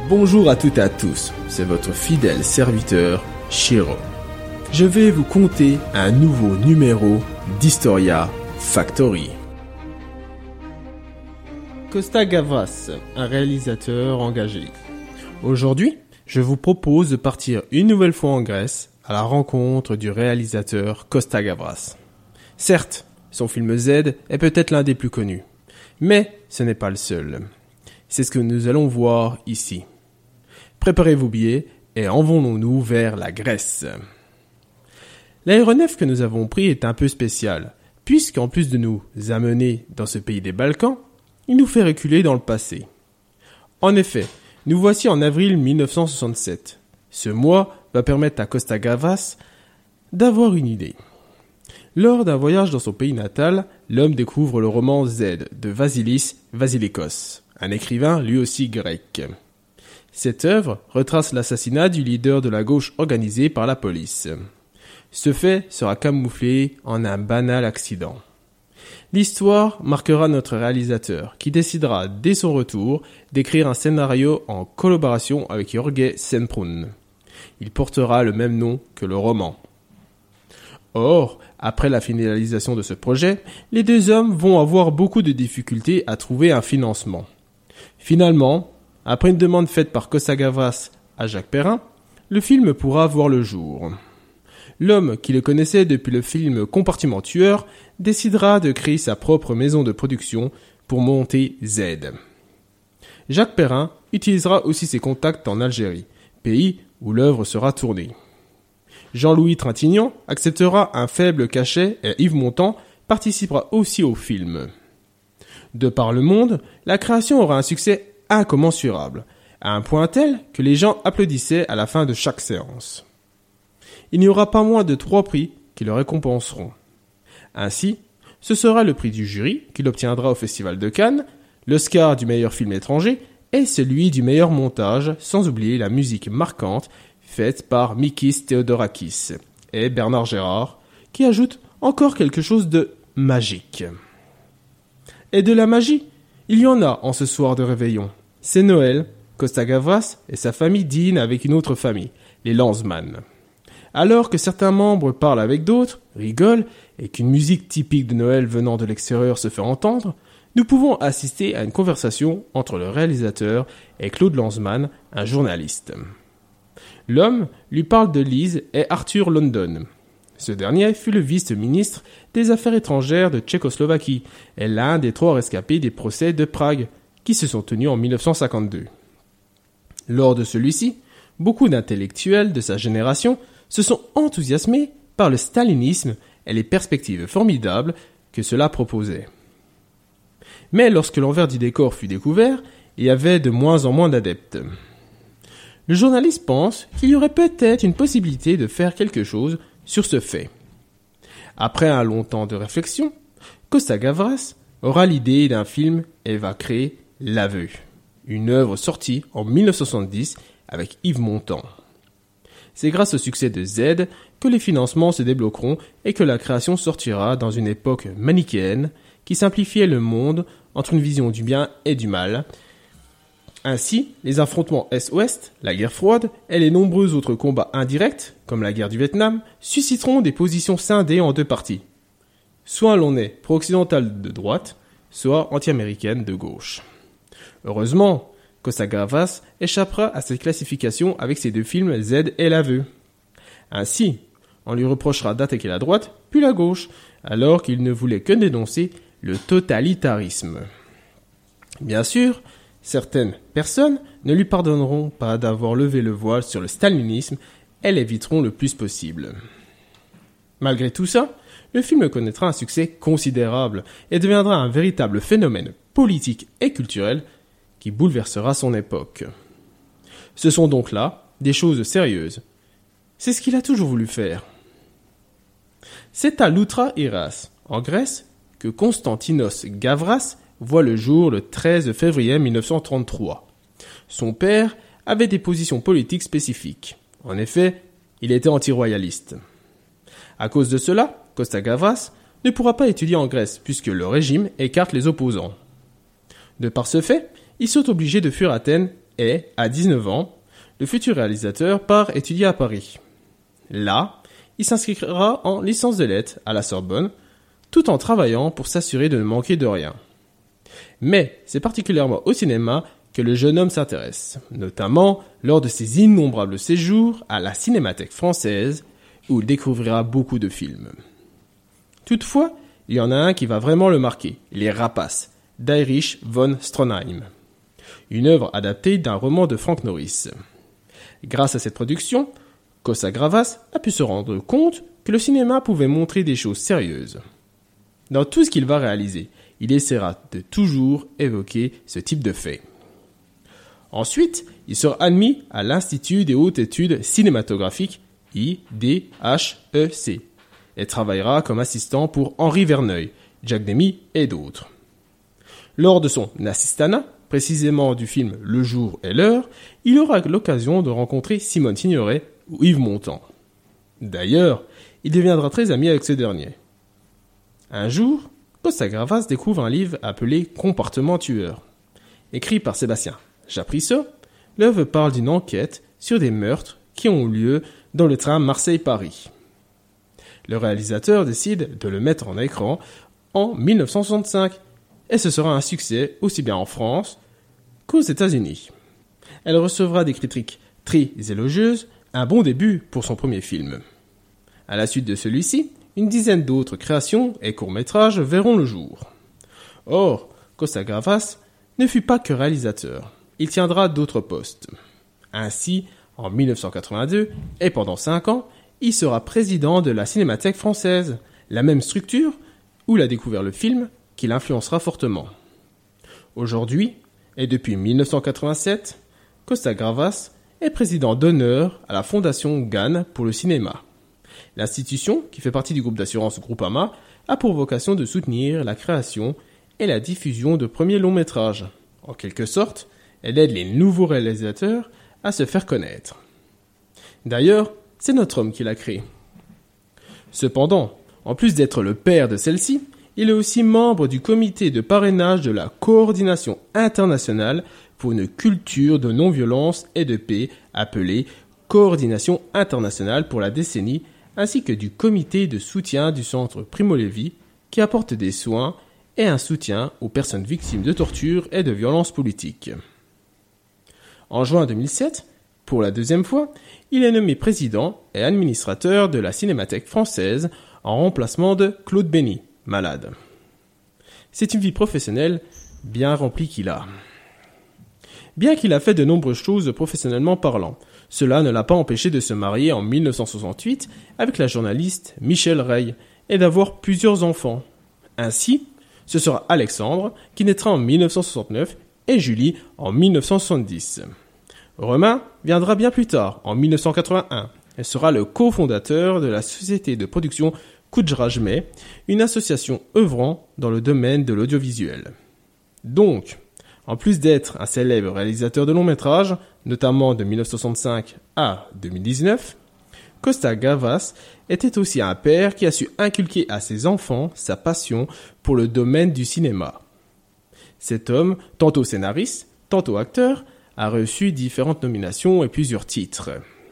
Bonjour à toutes et à tous, c'est votre fidèle serviteur, Shiro. Je vais vous conter un nouveau numéro d'Historia Factory. Costa Gavras, un réalisateur engagé. Aujourd'hui, je vous propose de partir une nouvelle fois en Grèce à la rencontre du réalisateur Costa Gavras. Certes, son film Z est peut-être l'un des plus connus, mais ce n'est pas le seul. C'est ce que nous allons voir ici. Préparez vos billets et envolons-nous vers la Grèce. L'aéronef que nous avons pris est un peu spécial, puisqu'en plus de nous amener dans ce pays des Balkans, il nous fait reculer dans le passé. En effet, nous voici en avril 1967. Ce mois va permettre à Costa Gavras d'avoir une idée. Lors d'un voyage dans son pays natal, l'homme découvre le roman Z de Vasilis Vasilikos, un écrivain lui aussi grec. Cette œuvre retrace l'assassinat du leader de la gauche organisé par la police. Ce fait sera camouflé en un banal accident. L'histoire marquera notre réalisateur, qui décidera dès son retour d'écrire un scénario en collaboration avec Jorge Semprún. Il portera le même nom que le roman. Or, après la finalisation de ce projet, les deux hommes vont avoir beaucoup de difficultés à trouver un financement. Finalement, après une demande faite par Costa Gavras à Jacques Perrin, le film pourra voir le jour. L'homme, qui le connaissait depuis le film Compartiment tueur, décidera de créer sa propre maison de production pour monter Z. Jacques Perrin utilisera aussi ses contacts en Algérie, pays où l'œuvre sera tournée. Jean-Louis Trintignant acceptera un faible cachet et Yves Montand participera aussi au film. De par le monde, la création aura un succès incommensurable, à un point tel que les gens applaudissaient à la fin de chaque séance. Il n'y aura pas moins de 3 prix qui le récompenseront. Ainsi, ce sera le prix du jury qu'il obtiendra au Festival de Cannes, l'Oscar du meilleur film étranger et celui du meilleur montage, sans oublier la musique marquante faite par Mikis Theodorakis et Bernard Gérard, qui ajoute encore quelque chose de magique. Et de la magie, il y en a en ce soir de réveillon. C'est Noël, Costa Gavras et sa famille dînent avec une autre famille, les Lanzmann. Alors que certains membres parlent avec d'autres, rigolent, et qu'une musique typique de Noël venant de l'extérieur se fait entendre, nous pouvons assister à une conversation entre le réalisateur et Claude Lanzmann, un journaliste. L'homme lui parle de Lise et Arthur London. Ce dernier fut le vice-ministre des Affaires étrangères de Tchécoslovaquie et l'un des 3 rescapés des procès de Prague qui se sont tenus en 1952. Lors de celui-ci, beaucoup d'intellectuels de sa génération se sont enthousiasmés par le stalinisme et les perspectives formidables que cela proposait. Mais lorsque l'envers du décor fut découvert, il y avait de moins en moins d'adeptes. Le journaliste pense qu'il y aurait peut-être une possibilité de faire quelque chose sur ce fait. Après un long temps de réflexion, Costa Gavras aura l'idée d'un film et va créer L'Aveu, une œuvre sortie en 1970 avec Yves Montand. C'est grâce au succès de Z que les financements se débloqueront et que la création sortira dans une époque manichéenne qui simplifiait le monde entre une vision du bien et du mal. Ainsi, les affrontements Est-Ouest, la guerre froide et les nombreux autres combats indirects, comme la guerre du Vietnam, susciteront des positions scindées en 2 parties. Soit l'on est pro-occidental de droite, soit anti-américaine de gauche. Heureusement, Costa Gavras échappera à cette classification avec ses 2 films Z et L'Aveu. Ainsi, on lui reprochera d'attaquer la droite, puis la gauche, alors qu'il ne voulait que dénoncer le totalitarisme. Bien sûr, certaines personnes ne lui pardonneront pas d'avoir levé le voile sur le stalinisme et l'éviteront le plus possible. Malgré tout ça, le film connaîtra un succès considérable et deviendra un véritable phénomène politique et culturel qui bouleversera son époque. Ce sont donc là des choses sérieuses. C'est ce qu'il a toujours voulu faire. C'est à Loutra Hiras, en Grèce, que Konstantinos Gavras voit le jour le 13 février 1933. Son père avait des positions politiques spécifiques. En effet, il était anti-royaliste. À cause de cela, Costa Gavras ne pourra pas étudier en Grèce puisque le régime écarte les opposants. De par ce fait, ils sont obligés de fuir Athènes et, à 19 ans, le futur réalisateur part étudier à Paris. Là, il s'inscrira en licence de lettres à la Sorbonne, tout en travaillant pour s'assurer de ne manquer de rien. Mais c'est particulièrement au cinéma que le jeune homme s'intéresse, notamment lors de ses innombrables séjours à la Cinémathèque française, où il découvrira beaucoup de films. Toutefois, il y en a un qui va vraiment le marquer, Les Rapaces, d'Heinrich von Stroheim, une œuvre adaptée d'un roman de Frank Norris. Grâce à cette production, Cossa-Gavras a pu se rendre compte que le cinéma pouvait montrer des choses sérieuses. Dans tout ce qu'il va réaliser, il essaiera de toujours évoquer ce type de fait. Ensuite, il sera admis à l'Institut des hautes études cinématographiques, IDHEC, et travaillera comme assistant pour Henri Verneuil, Jacques Demy et d'autres. Lors de son assistanat, précisément du film Le jour et l'heure, il aura l'occasion de rencontrer Simone Signoret ou Yves Montand. D'ailleurs, il deviendra très ami avec ce dernier. Un jour, Cossa-Gavras découvre un livre appelé Comportement tueur. Écrit par Sébastien Chaprissot, l'œuvre parle d'une enquête sur des meurtres qui ont eu lieu dans le train Marseille-Paris. Le réalisateur décide de le mettre en écran en 1965 et ce sera un succès aussi bien en France qu'aux États-Unis. Elle recevra des critiques très élogieuses, un bon début pour son premier film. À la suite de celui-ci, une dizaine d'autres créations et courts-métrages verront le jour. Or, Cossa-Gavras ne fut pas que réalisateur, il tiendra d'autres postes. Ainsi, en 1982, et pendant 5 ans, il sera président de la Cinémathèque française, la même structure où il a découvert le film qui l'influencera fortement. Aujourd'hui, et depuis 1987, Cossa-Gavras est président d'honneur à la Fondation Ghan pour le cinéma. L'institution, qui fait partie du groupe d'assurance Groupama, a pour vocation de soutenir la création et la diffusion de premiers longs métrages. En quelque sorte, elle aide les nouveaux réalisateurs à se faire connaître. D'ailleurs, c'est notre homme qui l'a créé. Cependant, en plus d'être le père de celle-ci, il est aussi membre du comité de parrainage de la Coordination internationale pour une culture de non-violence et de paix, appelée Coordination internationale pour la décennie, ainsi que du comité de soutien du centre Primo Levi, qui apporte des soins et un soutien aux personnes victimes de torture et de violences politiques. En juin 2007, pour la deuxième fois, il est nommé président et administrateur de la Cinémathèque française en remplacement de Claude Bény, malade. C'est une vie professionnelle bien remplie qu'il a. Bien qu'il a fait de nombreuses choses professionnellement parlant, cela ne l'a pas empêché de se marier en 1968 avec la journaliste Michèle Rey et d'avoir plusieurs enfants. Ainsi, ce sera Alexandre qui naîtra en 1969 et Julie en 1970. Romain viendra bien plus tard, en 1981, et sera le cofondateur de la société de production Koudjrajmeh, une association œuvrant dans le domaine de l'audiovisuel. Donc, en plus d'être un célèbre réalisateur de longs métrages, notamment de 1965 à 2019, Cossa-Gavras était aussi un père qui a su inculquer à ses enfants sa passion pour le domaine du cinéma. Cet homme, tantôt scénariste, tantôt acteur, a reçu différentes nominations et plusieurs titres.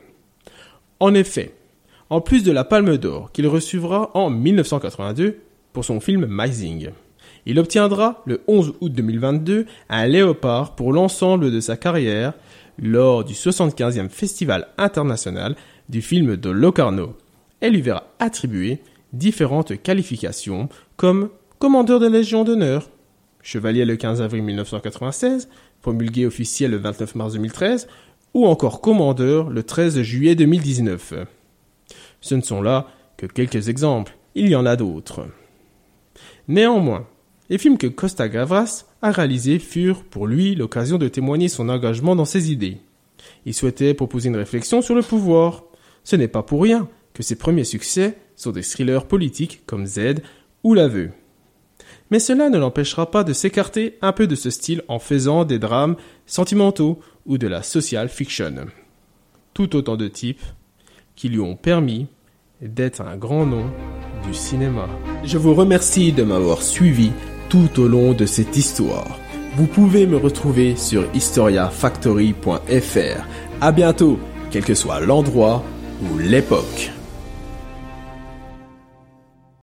En effet, en plus de la Palme d'Or qu'il recevra en 1982 pour son film Mising, il obtiendra le 11 août 2022 un Léopard pour l'ensemble de sa carrière lors du 75e Festival international du film de Locarno et lui verra attribuer différentes qualifications comme Commandeur de la Légion d'honneur, Chevalier le 15 avril 1996, promulgué officiel le 29 mars 2013, ou encore Commandeur le 13 juillet 2019. Ce ne sont là que quelques exemples, il y en a d'autres. Néanmoins, les films que Cossa-Gavras a réalisés furent pour lui l'occasion de témoigner son engagement dans ses idées. Il souhaitait proposer une réflexion sur le pouvoir. Ce n'est pas pour rien que ses premiers succès sont des thrillers politiques comme Z ou L'Aveu. Mais cela ne l'empêchera pas de s'écarter un peu de ce style en faisant des drames sentimentaux ou de la social fiction. Tout autant de types qui lui ont permis d'être un grand nom du cinéma. Je vous remercie de m'avoir suivi tout au long de cette histoire. Vous pouvez me retrouver sur historiafactory.fr. À bientôt, quel que soit l'endroit ou l'époque.